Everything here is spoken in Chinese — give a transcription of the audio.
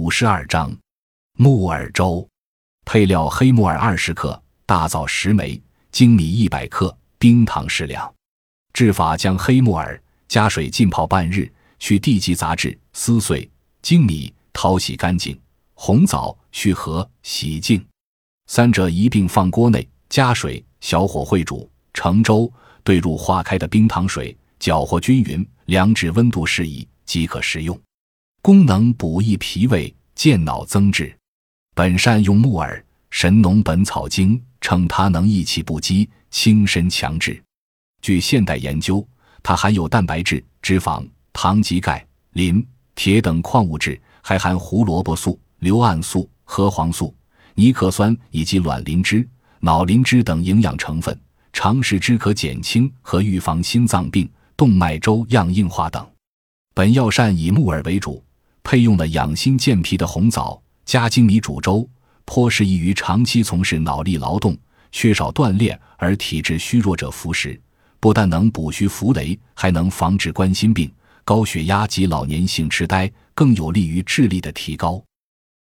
52章。木耳粥。配料：黑木耳20克，大枣10枚，粳米100克，冰糖适量。制法：将黑木耳加水浸泡半日，去地基杂质，撕碎；粳米淘洗干净，红枣去核，洗净。三者一并放锅内，加水，小火烩煮，成粥，兑入化开的冰糖水，搅和均匀，凉至温度适宜，即可食用。功能：补益脾胃，健脑增智。本善用木耳，《神农本草经》称它能益气不饥，轻身强志。据现代研究，它含有蛋白质、脂肪、糖及钙、磷、铁等矿物质，还含胡萝卜素、硫胺素、核黄素、尼克酸以及卵磷脂、脑磷脂等营养成分，常食之可减轻和预防心脏病、动脉粥样硬化等。本药膳以木耳为主，配用了养心健脾的红枣，加粳米煮粥，颇适宜于长期从事脑力劳动、缺少锻炼而体质虚弱者服食，不但能补虚扶雷，还能防治冠心病、高血压及老年性痴呆，更有利于智力的提高。